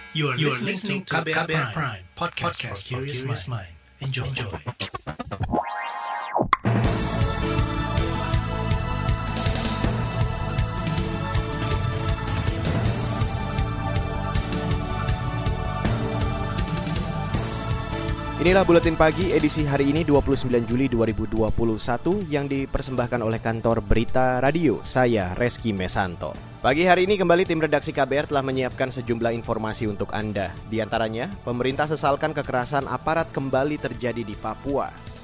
You are listening to KBR Prime, podcast for curious mind. Enjoy. Inilah Buletin Pagi edisi hari ini 29 Juli 2021 yang dipersembahkan oleh kantor Berita Radio. Saya Reski Mesanto. Pagi hari ini kembali tim redaksi KBR telah menyiapkan sejumlah informasi untuk Anda. Di antaranya, pemerintah sesalkan kekerasan aparat kembali terjadi di Papua.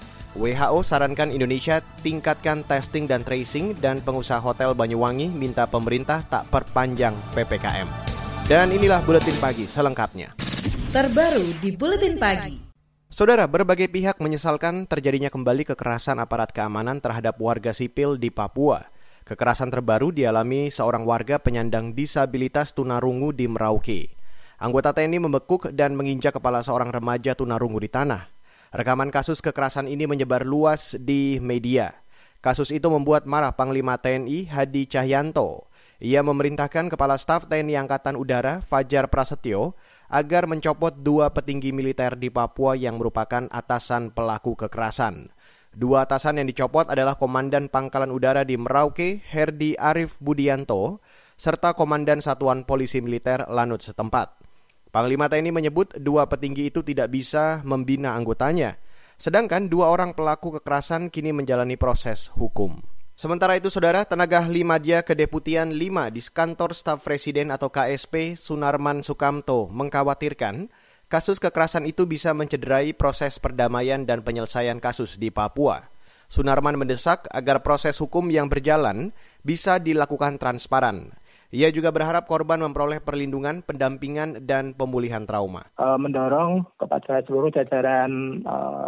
WHO sarankan Indonesia tingkatkan testing dan tracing, dan pengusaha hotel Banyuwangi minta pemerintah tak perpanjang PPKM. Dan inilah Buletin Pagi selengkapnya. Terbaru di Buletin Pagi. Saudara, berbagai pihak menyesalkan terjadinya kembali kekerasan aparat keamanan terhadap warga sipil di Papua. Kekerasan terbaru dialami seorang warga penyandang disabilitas tunarungu di Merauke. Anggota TNI membekuk dan menginjak kepala seorang remaja tunarungu di tanah. Rekaman kasus kekerasan ini menyebar luas di media. Kasus itu membuat marah Panglima TNI Hadi Cahyanto. Ia memerintahkan Kepala Staf TNI Angkatan Udara Fajar Prasetyo agar mencopot 2 petinggi militer di Papua yang merupakan atasan pelaku kekerasan. 2 atasan yang dicopot adalah Komandan Pangkalan Udara di Merauke, Herdi Arif Budianto, serta Komandan Satuan Polisi Militer Lanut setempat. Panglima TNI menyebut 2 petinggi itu tidak bisa membina anggotanya, sedangkan 2 orang pelaku kekerasan kini menjalani proses hukum. Sementara itu, Saudara, tenaga ahli Madya Kedeputian 5 di Kantor Staf Presiden atau KSP Sunarman Sukamto mengkhawatirkan kasus kekerasan itu bisa mencederai proses perdamaian dan penyelesaian kasus di Papua. Sunarman mendesak agar proses hukum yang berjalan bisa dilakukan transparan. Ia juga berharap korban memperoleh perlindungan, pendampingan, dan pemulihan trauma. Mendorong kepada seluruh jajaran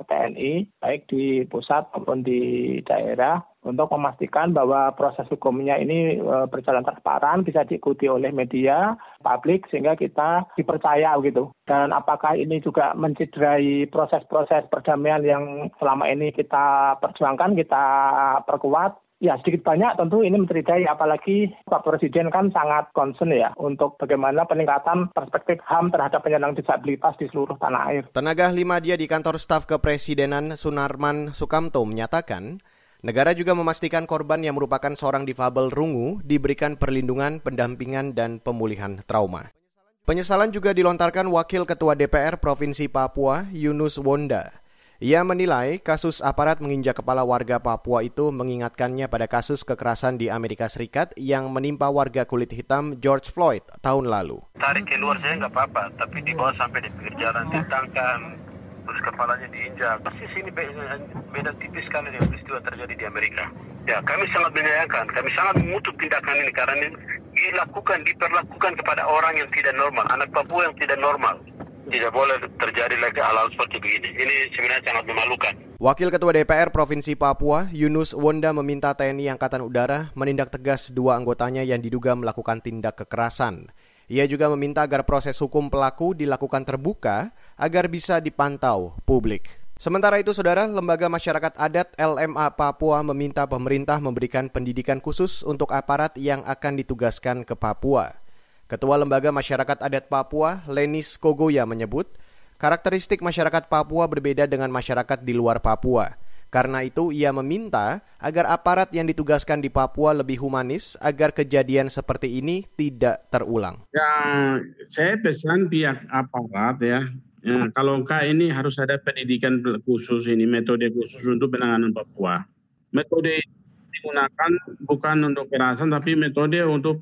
TNI, baik di pusat maupun di daerah, untuk memastikan bahwa proses hukumnya ini berjalan transparan, bisa diikuti oleh media, publik, sehingga kita dipercaya gitu. Dan apakah ini juga mencederai proses-proses perdamaian yang selama ini kita perjuangkan, kita perkuat? Ya, sedikit banyak tentu ini mencederai, apalagi Pak Presiden kan sangat concern ya untuk bagaimana peningkatan perspektif HAM terhadap penyandang disabilitas di seluruh tanah air. Tenaga ahli Madya di Kantor Staf Kepresidenan Sunarman Sukamto menyatakan, negara juga memastikan korban yang merupakan seorang difabel rungu diberikan perlindungan, pendampingan, dan pemulihan trauma. Penyesalan juga dilontarkan Wakil Ketua DPR Provinsi Papua, Yunus Wonda. Ia menilai kasus aparat menginjak kepala warga Papua itu mengingatkannya pada kasus kekerasan di Amerika Serikat yang menimpa warga kulit hitam George Floyd tahun lalu. Tarik keluar saya nggak apa-apa, tapi dibawa sampai di pinggir jalan, ditangkap, terus kepalanya diinjak. Persis ini beda tipis sekali dengan peristiwa terjadi di Amerika. Ya, kami sangat menyayangkan, kami sangat mengutuk tindakan ini karena ini diperlakukan kepada orang yang tidak normal, anak Papua yang tidak normal. Tidak boleh terjadi lagi hal-hal seperti begini. Ini sebenarnya sangat memalukan. Wakil Ketua DPR Provinsi Papua, Yunus Wonda, meminta TNI Angkatan Udara menindak tegas 2 anggotanya yang diduga melakukan tindak kekerasan. Ia juga meminta agar proses hukum pelaku dilakukan terbuka agar bisa dipantau publik. Sementara itu, Saudara, Lembaga Masyarakat Adat LMA Papua meminta pemerintah memberikan pendidikan khusus untuk aparat yang akan ditugaskan ke Papua. Ketua Lembaga Masyarakat Adat Papua, Lenis Kogoya, menyebut karakteristik masyarakat Papua berbeda dengan masyarakat di luar Papua. Karena itu, ia meminta agar aparat yang ditugaskan di Papua lebih humanis agar kejadian seperti ini tidak terulang. Ya, saya pesan pihak aparat ya, kalau enggak ini harus ada pendidikan khusus ini, metode khusus untuk penanganan Papua. Metode digunakan bukan untuk kekerasan, tapi metode untuk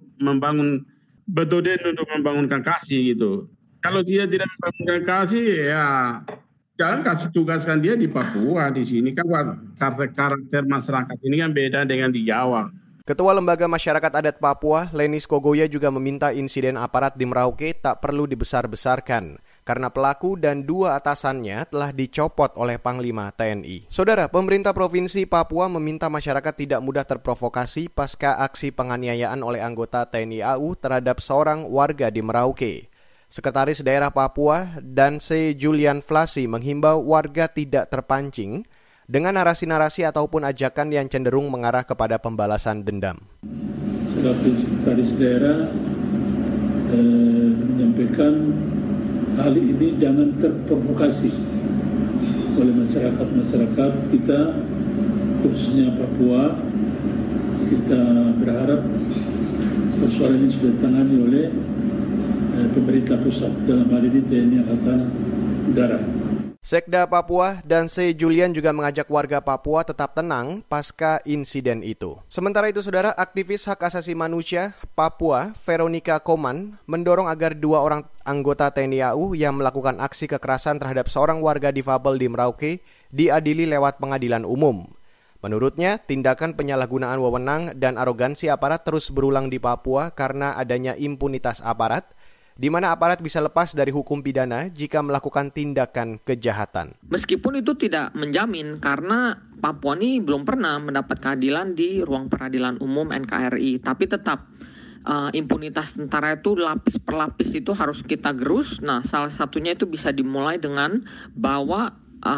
membangunkan kasih gitu. Kalau dia tidak membangunkan kasih, ya jangan kasih tugaskan dia di Papua. Di sini kan karakter masyarakat ini kan beda dengan di Jawa. Ketua Lembaga Masyarakat Adat Papua, Lenis Kogoya, juga meminta insiden aparat di Merauke tak perlu dibesar-besarkan karena pelaku dan 2 atasannya telah dicopot oleh Panglima TNI. Saudara, pemerintah Provinsi Papua meminta masyarakat tidak mudah terprovokasi pasca aksi penganiayaan oleh anggota TNI AU terhadap seorang warga di Merauke. Sekretaris Daerah Papua, Danse Julian Flasi, menghimbau warga tidak terpancing dengan narasi-narasi ataupun ajakan yang cenderung mengarah kepada pembalasan dendam. Selaku Sekretaris Daerah menyampaikan hal ini jangan terprovokasi oleh masyarakat kita, khususnya Papua. Kita berharap persoalan ini sudah ditangani oleh pemerintah pusat, dalam hal ini TNI Angkatan Udara. Sekda Papua Danse Julian juga mengajak warga Papua tetap tenang pasca insiden itu. Sementara itu, saudara, aktivis hak asasi manusia Papua Veronica Koman mendorong agar 2 orang anggota TNI AU yang melakukan aksi kekerasan terhadap seorang warga difabel di Merauke diadili lewat pengadilan umum. Menurutnya, tindakan penyalahgunaan wewenang dan arogansi aparat terus berulang di Papua karena adanya impunitas aparat, di mana aparat bisa lepas dari hukum pidana jika melakukan tindakan kejahatan. Meskipun itu tidak menjamin, karena Papua ini belum pernah mendapat keadilan di ruang peradilan umum NKRI, tapi tetap impunitas tentara itu lapis per lapis itu harus kita gerus. Nah, salah satunya itu bisa dimulai dengan bawa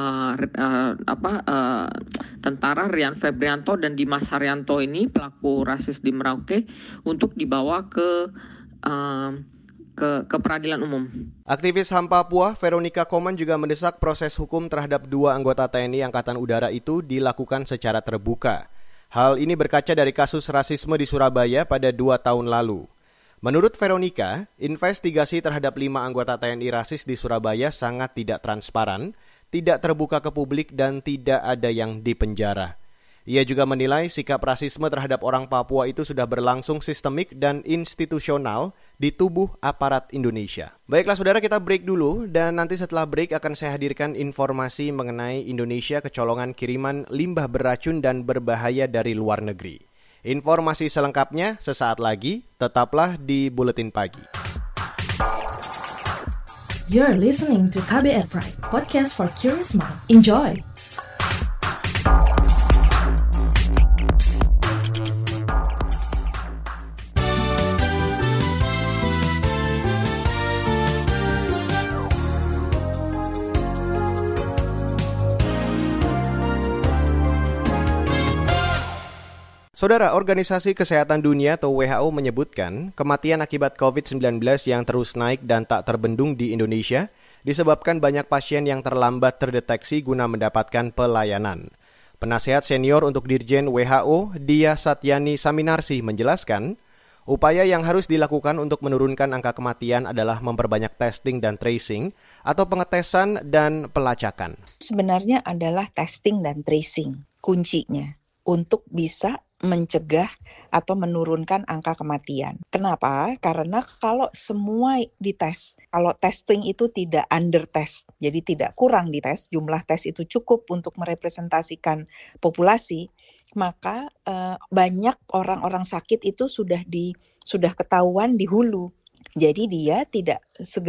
tentara Rian Febrianto dan Dimas Haryanto ini, pelaku rasis di Merauke, untuk dibawa ke peradilan umum. Aktivis HAM Papua Veronica Koman juga mendesak proses hukum terhadap 2 anggota TNI Angkatan Udara itu dilakukan secara terbuka. Hal ini berkaca dari kasus rasisme di Surabaya pada 2 tahun lalu. Menurut Veronica, investigasi terhadap 5 anggota TNI rasis di Surabaya sangat tidak transparan, tidak terbuka ke publik, dan tidak ada yang dipenjara. Ia juga menilai sikap rasisme terhadap orang Papua itu sudah berlangsung sistemik dan institusional di tubuh aparat Indonesia. Baiklah saudara, kita break dulu, dan nanti setelah break akan saya hadirkan informasi mengenai Indonesia kecolongan kiriman limbah beracun dan berbahaya dari luar negeri. Informasi selengkapnya sesaat lagi, tetaplah di Buletin Pagi. You're listening to KBR Pride, podcast for curious mind. Enjoy! Saudara, Organisasi Kesehatan Dunia atau WHO menyebutkan kematian akibat COVID-19 yang terus naik dan tak terbendung di Indonesia disebabkan banyak pasien yang terlambat terdeteksi guna mendapatkan pelayanan. Penasehat senior untuk Dirjen WHO, Dia Satyani Saminarsi, menjelaskan, upaya yang harus dilakukan untuk menurunkan angka kematian adalah memperbanyak testing dan tracing atau pengetesan dan pelacakan. Sebenarnya adalah testing dan tracing kuncinya untuk bisa mencegah atau menurunkan angka kematian. Kenapa? Karena kalau semua dites, kalau testing itu tidak under test, jadi tidak kurang dites, jumlah tes itu cukup untuk merepresentasikan populasi, maka banyak orang-orang sakit itu sudah ketahuan di hulu. Jadi dia tidak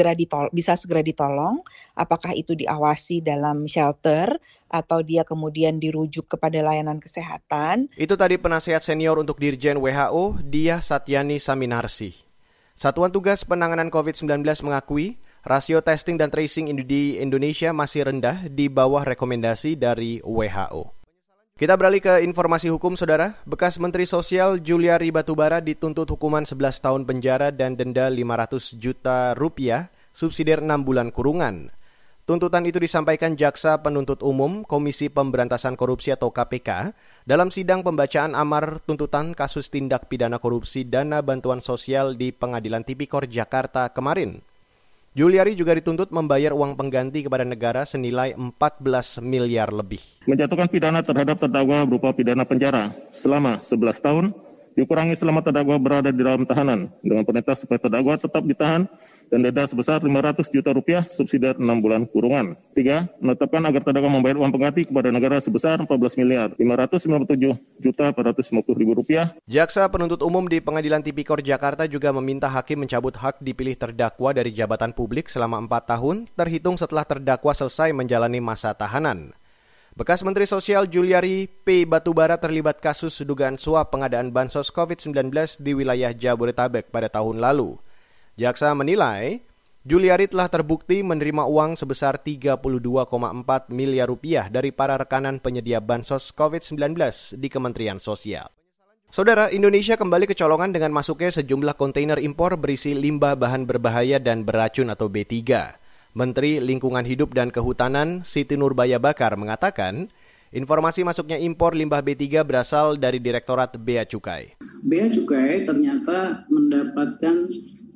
bisa segera ditolong, apakah itu diawasi dalam shelter atau dia kemudian dirujuk kepada layanan kesehatan. Itu tadi penasehat senior untuk Dirjen WHO, Dia Satyani Saminarsi. Satuan Tugas Penanganan COVID-19 mengakui rasio testing dan tracing di Indonesia masih rendah di bawah rekomendasi dari WHO. Kita beralih ke informasi hukum, saudara. Bekas Menteri Sosial Juliari Batubara dituntut hukuman 11 tahun penjara dan denda 500 juta rupiah, subsidiar 6 bulan kurungan. Tuntutan itu disampaikan Jaksa Penuntut Umum Komisi Pemberantasan Korupsi atau KPK dalam sidang pembacaan amar tuntutan kasus tindak pidana korupsi dana bantuan sosial di Pengadilan Tipikor Jakarta kemarin. Juliari juga dituntut membayar uang pengganti kepada negara senilai 14 miliar lebih. Menjatuhkan pidana terhadap terdakwa berupa pidana penjara selama 11 tahun, dikurangi selama terdakwa berada di dalam tahanan, dengan perintah supaya terdakwa tetap ditahan, dan denda sebesar 500 juta rupiah subsidiar 6 bulan kurungan. 3. Menetapkan agar terdakwa membayar uang pengganti kepada negara sebesar 14 miliar 597 juta 450 ribu rupiah. Jaksa Penuntut Umum di Pengadilan Tipikor Jakarta juga meminta hakim mencabut hak dipilih terdakwa dari jabatan publik selama 4 tahun, terhitung setelah terdakwa selesai menjalani masa tahanan. Bekas Menteri Sosial Juliari P. Batubara terlibat kasus dugaan suap pengadaan bansos COVID-19 di wilayah Jabodetabek pada tahun lalu. Jaksa menilai, Juliari telah terbukti menerima uang sebesar 32,4 miliar rupiah dari para rekanan penyedia bansos COVID-19 di Kementerian Sosial. Saudara, Indonesia kembali kecolongan dengan masuknya sejumlah kontainer impor berisi limbah bahan berbahaya dan beracun atau B3. Menteri Lingkungan Hidup dan Kehutanan Siti Nurbaya Bakar mengatakan, informasi masuknya impor limbah B3 berasal dari Direktorat Bea Cukai. Bea Cukai ternyata mendapatkan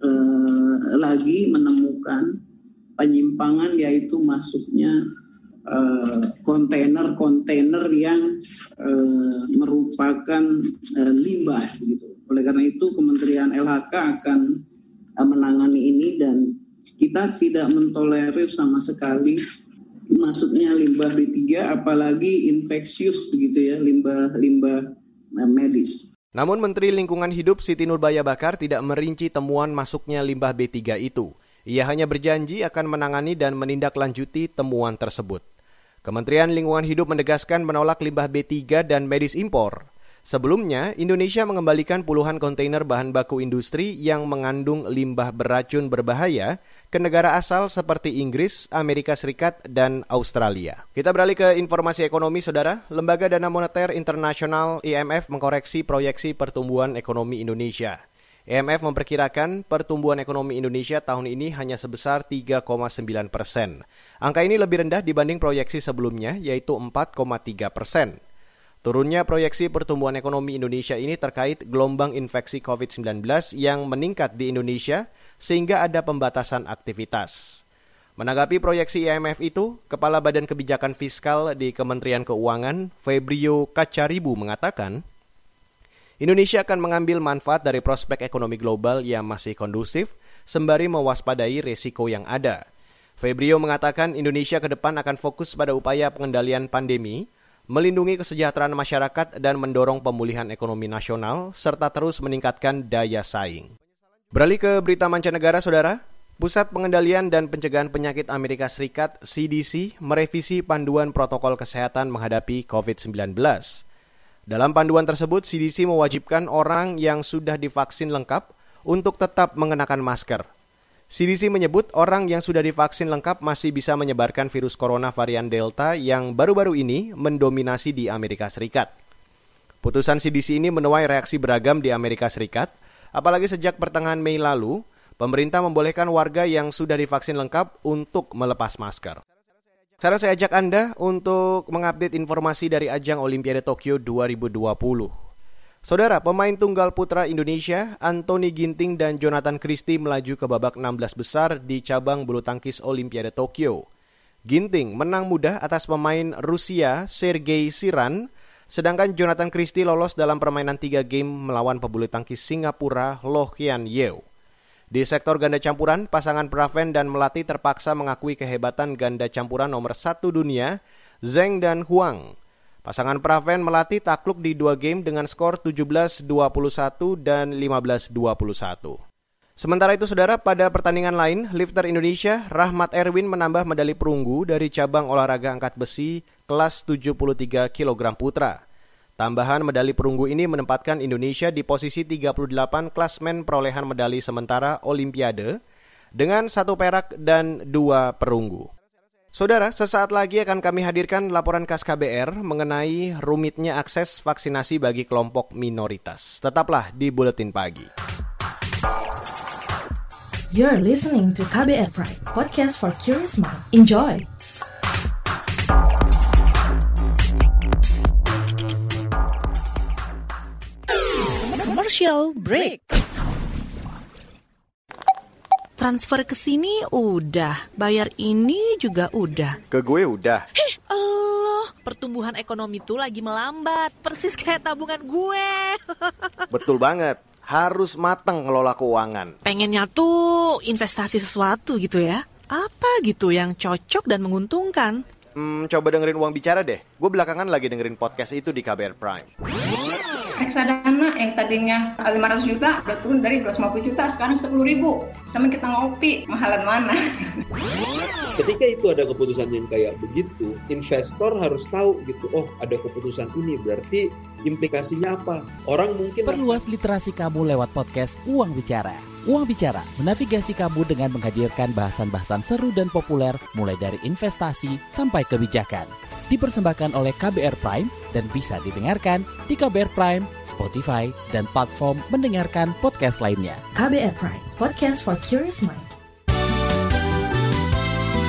menemukan penyimpangan, yaitu masuknya kontainer yang merupakan limbah gitu. Oleh karena itu Kementerian LHK akan menangani ini dan kita tidak mentolerir sama sekali masuknya limbah B3, apalagi infeksius begitu ya, limbah medis. Namun Menteri Lingkungan Hidup Siti Nurbaya Bakar tidak merinci temuan masuknya limbah B3 itu. Ia hanya berjanji akan menangani dan menindaklanjuti temuan tersebut. Kementerian Lingkungan Hidup menegaskan menolak limbah B3 dan medis impor. Sebelumnya, Indonesia mengembalikan puluhan kontainer bahan baku industri yang mengandung limbah beracun berbahaya ke negara asal seperti Inggris, Amerika Serikat, dan Australia. Kita beralih ke informasi ekonomi, Saudara. Lembaga Dana Moneter Internasional IMF mengkoreksi proyeksi pertumbuhan ekonomi Indonesia. IMF memperkirakan pertumbuhan ekonomi Indonesia tahun ini hanya sebesar 3,9%. Angka ini lebih rendah dibanding proyeksi sebelumnya, yaitu 4,3%. Turunnya proyeksi pertumbuhan ekonomi Indonesia ini terkait gelombang infeksi COVID-19 yang meningkat di Indonesia sehingga ada pembatasan aktivitas. Menanggapi proyeksi IMF itu, Kepala Badan Kebijakan Fiskal di Kementerian Keuangan, Febrio Kacaribu, mengatakan, Indonesia akan mengambil manfaat dari prospek ekonomi global yang masih kondusif, sembari mewaspadai risiko yang ada. Febrio mengatakan Indonesia ke depan akan fokus pada upaya pengendalian pandemi, melindungi kesejahteraan masyarakat dan mendorong pemulihan ekonomi nasional, serta terus meningkatkan daya saing. Beralih ke berita mancanegara, Saudara. Pusat Pengendalian dan Pencegahan Penyakit Amerika Serikat, CDC, merevisi panduan protokol kesehatan menghadapi COVID-19. Dalam panduan tersebut, CDC mewajibkan orang yang sudah divaksin lengkap untuk tetap mengenakan masker. CDC menyebut orang yang sudah divaksin lengkap masih bisa menyebarkan virus corona varian Delta yang baru-baru ini mendominasi di Amerika Serikat. Putusan CDC ini menuai reaksi beragam di Amerika Serikat, apalagi sejak pertengahan Mei lalu, pemerintah membolehkan warga yang sudah divaksin lengkap untuk melepas masker. Sekarang saya ajak Anda untuk mengupdate informasi dari ajang Olimpiade Tokyo 2020. Saudara, pemain tunggal putra Indonesia, Anthony Ginting dan Jonathan Christie melaju ke babak 16 besar di cabang bulu tangkis Olimpiade Tokyo. Ginting menang mudah atas pemain Rusia Sergei Siran, sedangkan Jonathan Christie lolos dalam permainan 3 game melawan pebulu tangkis Singapura Loh Kian Yew. Di sektor ganda campuran, pasangan Praven dan Melati terpaksa mengakui kehebatan ganda campuran nomor 1 dunia, Zheng dan Huang. Pasangan Praven Melati takluk di 2 game dengan skor 17-21 dan 15-21. Sementara itu, Saudara, pada pertandingan lain, lifter Indonesia Rahmat Erwin menambah medali perunggu dari cabang olahraga angkat besi kelas 73 kg putra. Tambahan medali perunggu ini menempatkan Indonesia di posisi 38 klasmen perolehan medali sementara Olimpiade dengan 1 perak dan 2 perunggu. Saudara, sesaat lagi akan kami hadirkan laporan khas KBR mengenai rumitnya akses vaksinasi bagi kelompok minoritas. Tetaplah di Buletin Pagi. You're listening to KBR Pride, podcast for curious mind. Enjoy! Commercial break. Transfer ke sini udah, bayar ini juga udah. Ke gue udah. Allah, pertumbuhan ekonomi tuh lagi melambat, persis kayak tabungan gue. Betul banget, harus matang ngelola keuangan. Pengennya tuh investasi sesuatu gitu ya. Apa gitu yang cocok dan menguntungkan? Coba dengerin Uang Bicara deh. Gue belakangan lagi dengerin podcast itu di KBR Prime. Reksadana yang tadinya 500 juta udah turun dari 250 juta sekarang 10.000. Sama kita ngopi, mahalan mana? Ketika itu ada keputusan yang kayak begitu, investor harus tahu gitu, oh ada keputusan ini berarti implikasinya apa? Orang mungkin perluas literasi kamu lewat podcast Uang Bicara. Uang Bicara menavigasi kamu dengan menghadirkan bahasan-bahasan seru dan populer mulai dari investasi sampai kebijakan. Dipersembahkan oleh KBR Prime dan bisa didengarkan di KBR Prime, Spotify, dan platform mendengarkan podcast lainnya. KBR Prime, podcast for curious mind.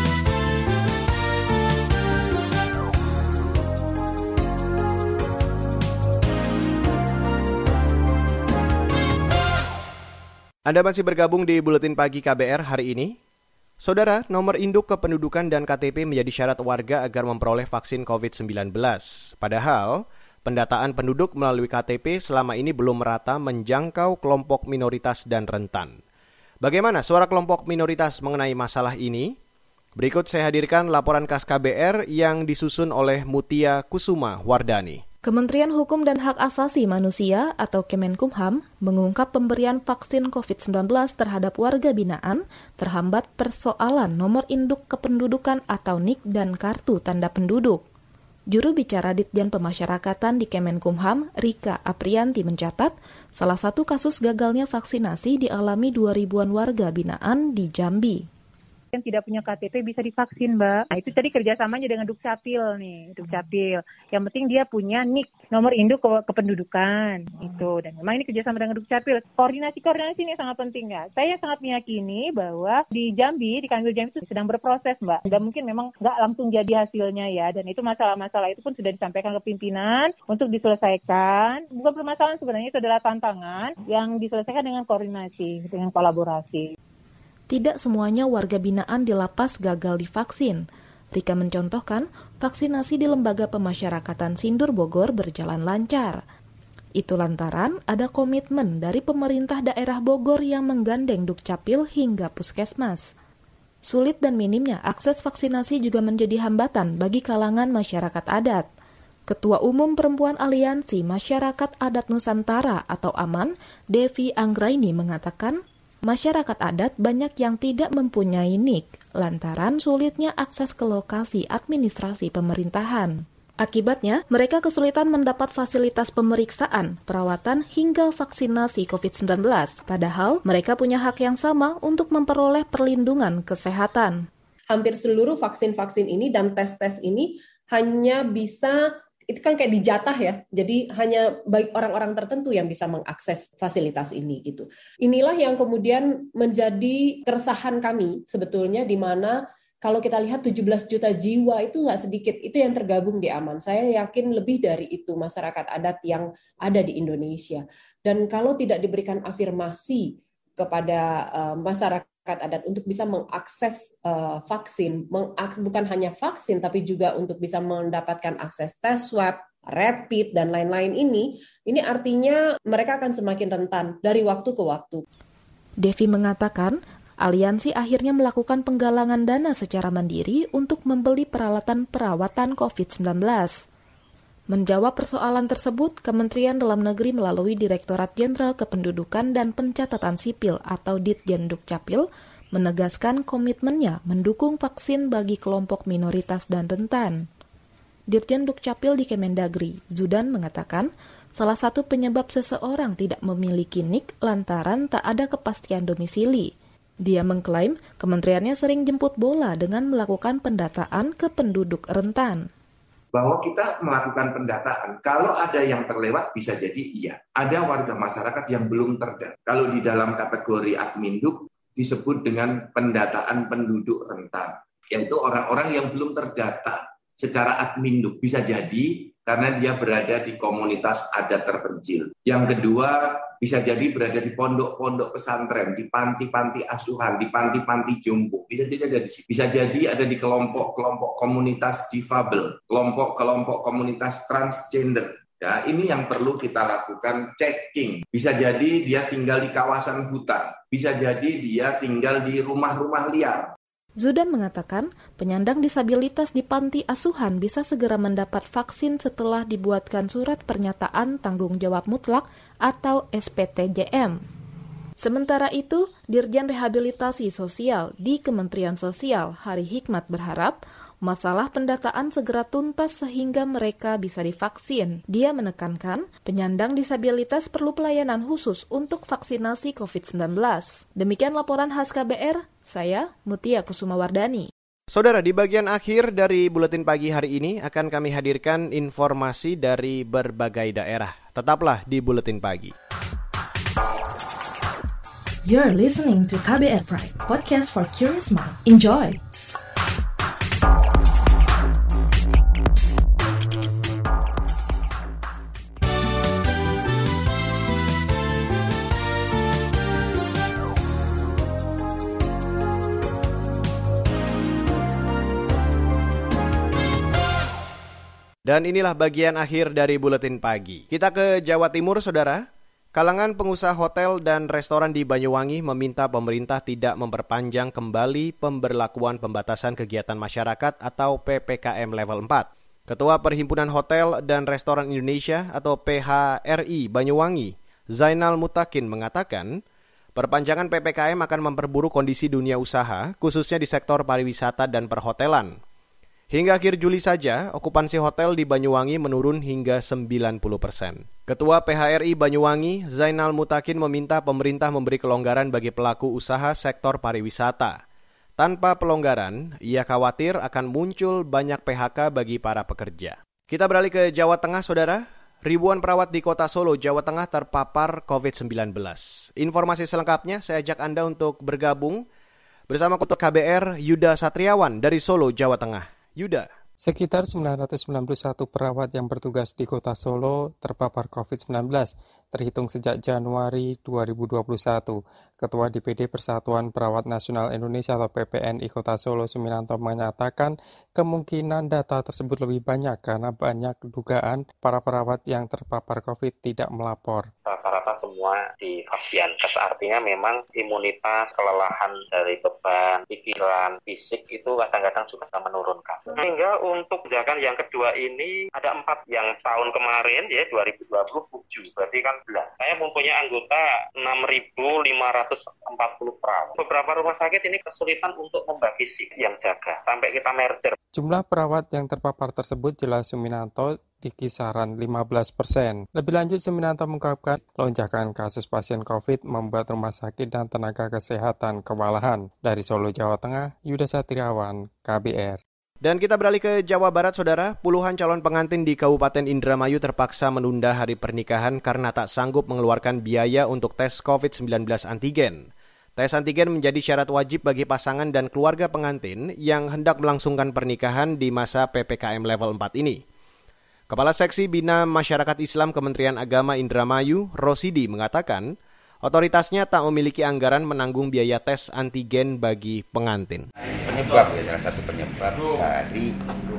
Anda masih bergabung di Buletin Pagi KBR hari ini. Saudara, nomor induk kependudukan dan KTP menjadi syarat warga agar memperoleh vaksin COVID-19. Padahal, pendataan penduduk melalui KTP selama ini belum merata menjangkau kelompok minoritas dan rentan. Bagaimana suara kelompok minoritas mengenai masalah ini? Berikut saya hadirkan laporan khas KBR yang disusun oleh Mutia Kusuma Wardani. Kementerian Hukum dan Hak Asasi Manusia atau Kemenkumham mengungkap pemberian vaksin COVID-19 terhadap warga binaan terhambat persoalan nomor induk kependudukan atau NIK dan kartu tanda penduduk. Juru bicara Ditjen Pemasyarakatan di Kemenkumham, Rika Aprianti mencatat, salah satu kasus gagalnya vaksinasi dialami 2.000-an warga binaan di Jambi. Yang tidak punya KTP bisa divaksin, Mbak. Nah, itu tadi kerjasamanya dengan Dukcapil nih, Dukcapil. Yang penting dia punya NIK, nomor induk kependudukan, itu. Dan memang ini kerjasama dengan Dukcapil. Koordinasi ini sangat penting, ya. Saya sangat meyakini bahwa di Jambi, di Kanwil Jambi itu sedang berproses, Mbak. Dan mungkin memang nggak langsung jadi hasilnya, ya. Dan itu masalah-masalah itu pun sudah disampaikan ke pimpinan untuk diselesaikan. Bukan permasalahan sebenarnya, itu adalah tantangan yang diselesaikan dengan koordinasi, dengan kolaborasi. Tidak semuanya warga binaan di lapas gagal divaksin. Rika mencontohkan, vaksinasi di Lembaga Pemasyarakatan Sindur Bogor berjalan lancar. Itu lantaran ada komitmen dari pemerintah daerah Bogor yang menggandeng Dukcapil hingga puskesmas. Sulit dan minimnya akses vaksinasi juga menjadi hambatan bagi kalangan masyarakat adat. Ketua Umum Perempuan Aliansi Masyarakat Adat Nusantara atau AMAN, Devi Anggraini mengatakan, masyarakat adat banyak yang tidak mempunyai NIK, lantaran sulitnya akses ke lokasi administrasi pemerintahan. Akibatnya, mereka kesulitan mendapat fasilitas pemeriksaan, perawatan, hingga vaksinasi COVID-19, padahal mereka punya hak yang sama untuk memperoleh perlindungan kesehatan. Hampir seluruh vaksin-vaksin ini dan tes-tes ini hanya bisa, itu kan kayak dijatah ya, jadi hanya baik orang-orang tertentu yang bisa mengakses fasilitas ini gitu. Inilah yang kemudian menjadi keresahan kami sebetulnya, di mana kalau kita lihat 17 juta jiwa itu nggak sedikit, itu yang tergabung di AMAN. Saya yakin lebih dari itu masyarakat adat yang ada di Indonesia. Dan kalau tidak diberikan afirmasi kepada masyarakat adat untuk bisa mengakses vaksin, bukan hanya vaksin, tapi juga untuk bisa mendapatkan akses tes swab, rapid, dan lain-lain ini artinya mereka akan semakin rentan dari waktu ke waktu. Devi mengatakan, aliansi akhirnya melakukan penggalangan dana secara mandiri untuk membeli peralatan perawatan COVID-19. Menjawab persoalan tersebut, Kementerian Dalam Negeri melalui Direktorat Jenderal Kependudukan dan Pencatatan Sipil atau Ditjen Dukcapil menegaskan komitmennya mendukung vaksin bagi kelompok minoritas dan rentan. Dirjen Dukcapil di Kemendagri, Zudan, mengatakan salah satu penyebab seseorang tidak memiliki NIK lantaran tak ada kepastian domisili. Dia mengklaim kementeriannya sering jemput bola dengan melakukan pendataan ke penduduk rentan. Bahwa kita melakukan pendataan, kalau ada yang terlewat bisa jadi iya. Ada warga masyarakat yang belum terdata. Kalau di dalam kategori Adminduk disebut dengan pendataan penduduk rentan, yaitu orang-orang yang belum terdata secara Adminduk. Bisa jadi karena dia berada di komunitas adat terpencil. Yang kedua, bisa jadi berada di pondok-pondok pesantren, di panti-panti asuhan, di panti-panti jompo. Bisa jadi ada di situ. Bisa jadi ada di kelompok-kelompok komunitas difabel, kelompok-kelompok komunitas transgender. Ya, ini yang perlu kita lakukan checking. Bisa jadi dia tinggal di kawasan hutan. Bisa jadi dia tinggal di rumah-rumah liar. Zudan mengatakan, penyandang disabilitas di panti asuhan bisa segera mendapat vaksin setelah dibuatkan surat pernyataan tanggung jawab mutlak atau SPTJM. Sementara itu, Dirjen Rehabilitasi Sosial di Kementerian Sosial, Hari Hikmat, berharap masalah pendataan segera tuntas sehingga mereka bisa divaksin. Dia menekankan, penyandang disabilitas perlu pelayanan khusus untuk vaksinasi COVID-19. Demikian laporan khas KBR, saya Mutia Kusuma Wardani. Saudara, di bagian akhir dari Buletin Pagi hari ini akan kami hadirkan informasi dari berbagai daerah. Tetaplah di Buletin Pagi. You're listening to KBR Pride, podcast for curious mind. Enjoy! Dan inilah bagian akhir dari Buletin Pagi. Kita ke Jawa Timur, Saudara. Kalangan pengusaha hotel dan restoran di Banyuwangi meminta pemerintah tidak memperpanjang kembali pemberlakuan pembatasan kegiatan masyarakat atau PPKM level 4. Ketua Perhimpunan Hotel dan Restoran Indonesia atau PHRI Banyuwangi, Zainal Mutakin mengatakan, perpanjangan PPKM akan memperburuk kondisi dunia usaha, khususnya di sektor pariwisata dan perhotelan. Hingga akhir Juli saja, okupansi hotel di Banyuwangi menurun hingga 90%. Ketua PHRI Banyuwangi, Zainal Mutakin meminta pemerintah memberi kelonggaran bagi pelaku usaha sektor pariwisata. Tanpa pelonggaran, ia khawatir akan muncul banyak PHK bagi para pekerja. Kita beralih ke Jawa Tengah, Saudara. Ribuan perawat di Kota Solo, Jawa Tengah terpapar COVID-19. Informasi selengkapnya saya ajak Anda untuk bergabung bersama Ketua KBR Yuda Satriawan dari Solo, Jawa Tengah. Yuda. Sekitar 991 perawat yang bertugas di Kota Solo terpapar COVID-19 terhitung sejak Januari 2021. Ketua DPD Persatuan Perawat Nasional Indonesia atau PPNI Kota Solo Suminanto menyatakan kemungkinan data tersebut lebih banyak karena banyak dugaan para perawat yang terpapar COVID tidak melapor. Rata-rata semua divaksin, artinya memang imunitas, kelelahan dari beban, pikiran, fisik itu kadang-kadang juga menurunkan. Sehingga untuk kebijakan yang kedua ini ada 4, yang tahun kemarin ya 2027, berarti kan saya mempunyai anggota 6.540 perawat. Beberapa rumah sakit ini kesulitan untuk membagi shift yang jaga sampai kita merger. Jumlah perawat yang terpapar tersebut jelas Suminanto di kisaran 15%. Lebih lanjut, Suminanto mengungkapkan lonjakan kasus pasien COVID membuat rumah sakit dan tenaga kesehatan kewalahan. Dari Solo, Jawa Tengah, Yuda Satriawan, KBR. Dan kita beralih ke Jawa Barat, Saudara. Puluhan calon pengantin di Kabupaten Indramayu terpaksa menunda hari pernikahan karena tak sanggup mengeluarkan biaya untuk tes COVID-19 antigen. Tes antigen menjadi syarat wajib bagi pasangan dan keluarga pengantin yang hendak melangsungkan pernikahan di masa PPKM level 4 ini. Kepala Seksi Bina Masyarakat Islam Kementerian Agama Indramayu, Rosidi, mengatakan otoritasnya tak memiliki anggaran menanggung biaya tes antigen bagi pengantin. Penyebab salah satu penyebab dari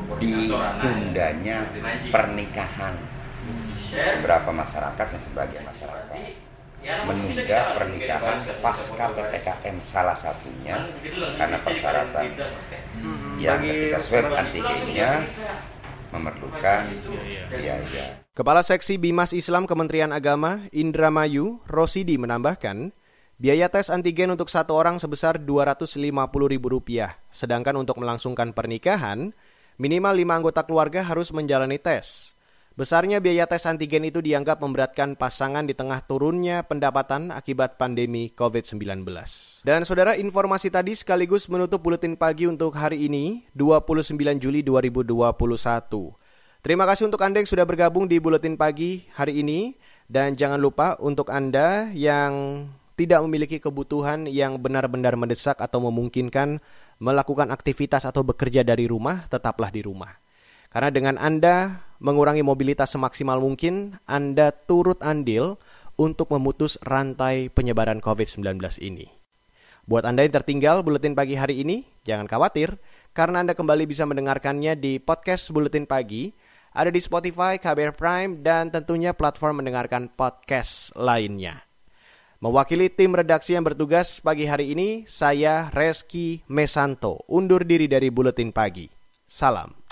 ditundanya pernikahan. Beberapa masyarakat dan sebagian masyarakat menunda pernikahan pasca PPKM, salah satunya karena persyaratan yang ketika swab antigennya memerlukan biaya. Kepala Seksi Bimas Islam Kementerian Agama Indramayu, Rosidi, menambahkan, biaya tes antigen untuk satu orang sebesar Rp250.000. Sedangkan untuk melangsungkan pernikahan, minimal 5 anggota keluarga harus menjalani tes. Besarnya biaya tes antigen itu dianggap memberatkan pasangan di tengah turunnya pendapatan akibat pandemi COVID-19. Dan saudara, informasi tadi sekaligus menutup Buletin Pagi untuk hari ini, 29 Juli 2021. Terima kasih untuk Anda yang sudah bergabung di Buletin Pagi hari ini. Dan jangan lupa untuk Anda yang tidak memiliki kebutuhan yang benar-benar mendesak atau memungkinkan melakukan aktivitas atau bekerja dari rumah, tetaplah di rumah. Karena dengan Anda mengurangi mobilitas semaksimal mungkin, Anda turut andil untuk memutus rantai penyebaran COVID-19 ini. Buat Anda yang tertinggal Buletin Pagi hari ini, jangan khawatir, karena Anda kembali bisa mendengarkannya di podcast Buletin Pagi, ada di Spotify, KBR Prime, dan tentunya platform mendengarkan podcast lainnya. Mewakili tim redaksi yang bertugas pagi hari ini, saya Reski Mesanto, undur diri dari Buletin Pagi. Salam.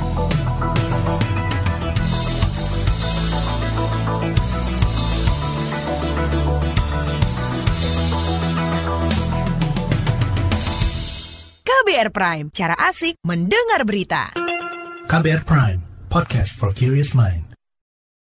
KBR Prime, cara asik mendengar berita. KBR Prime, podcast for curious mind.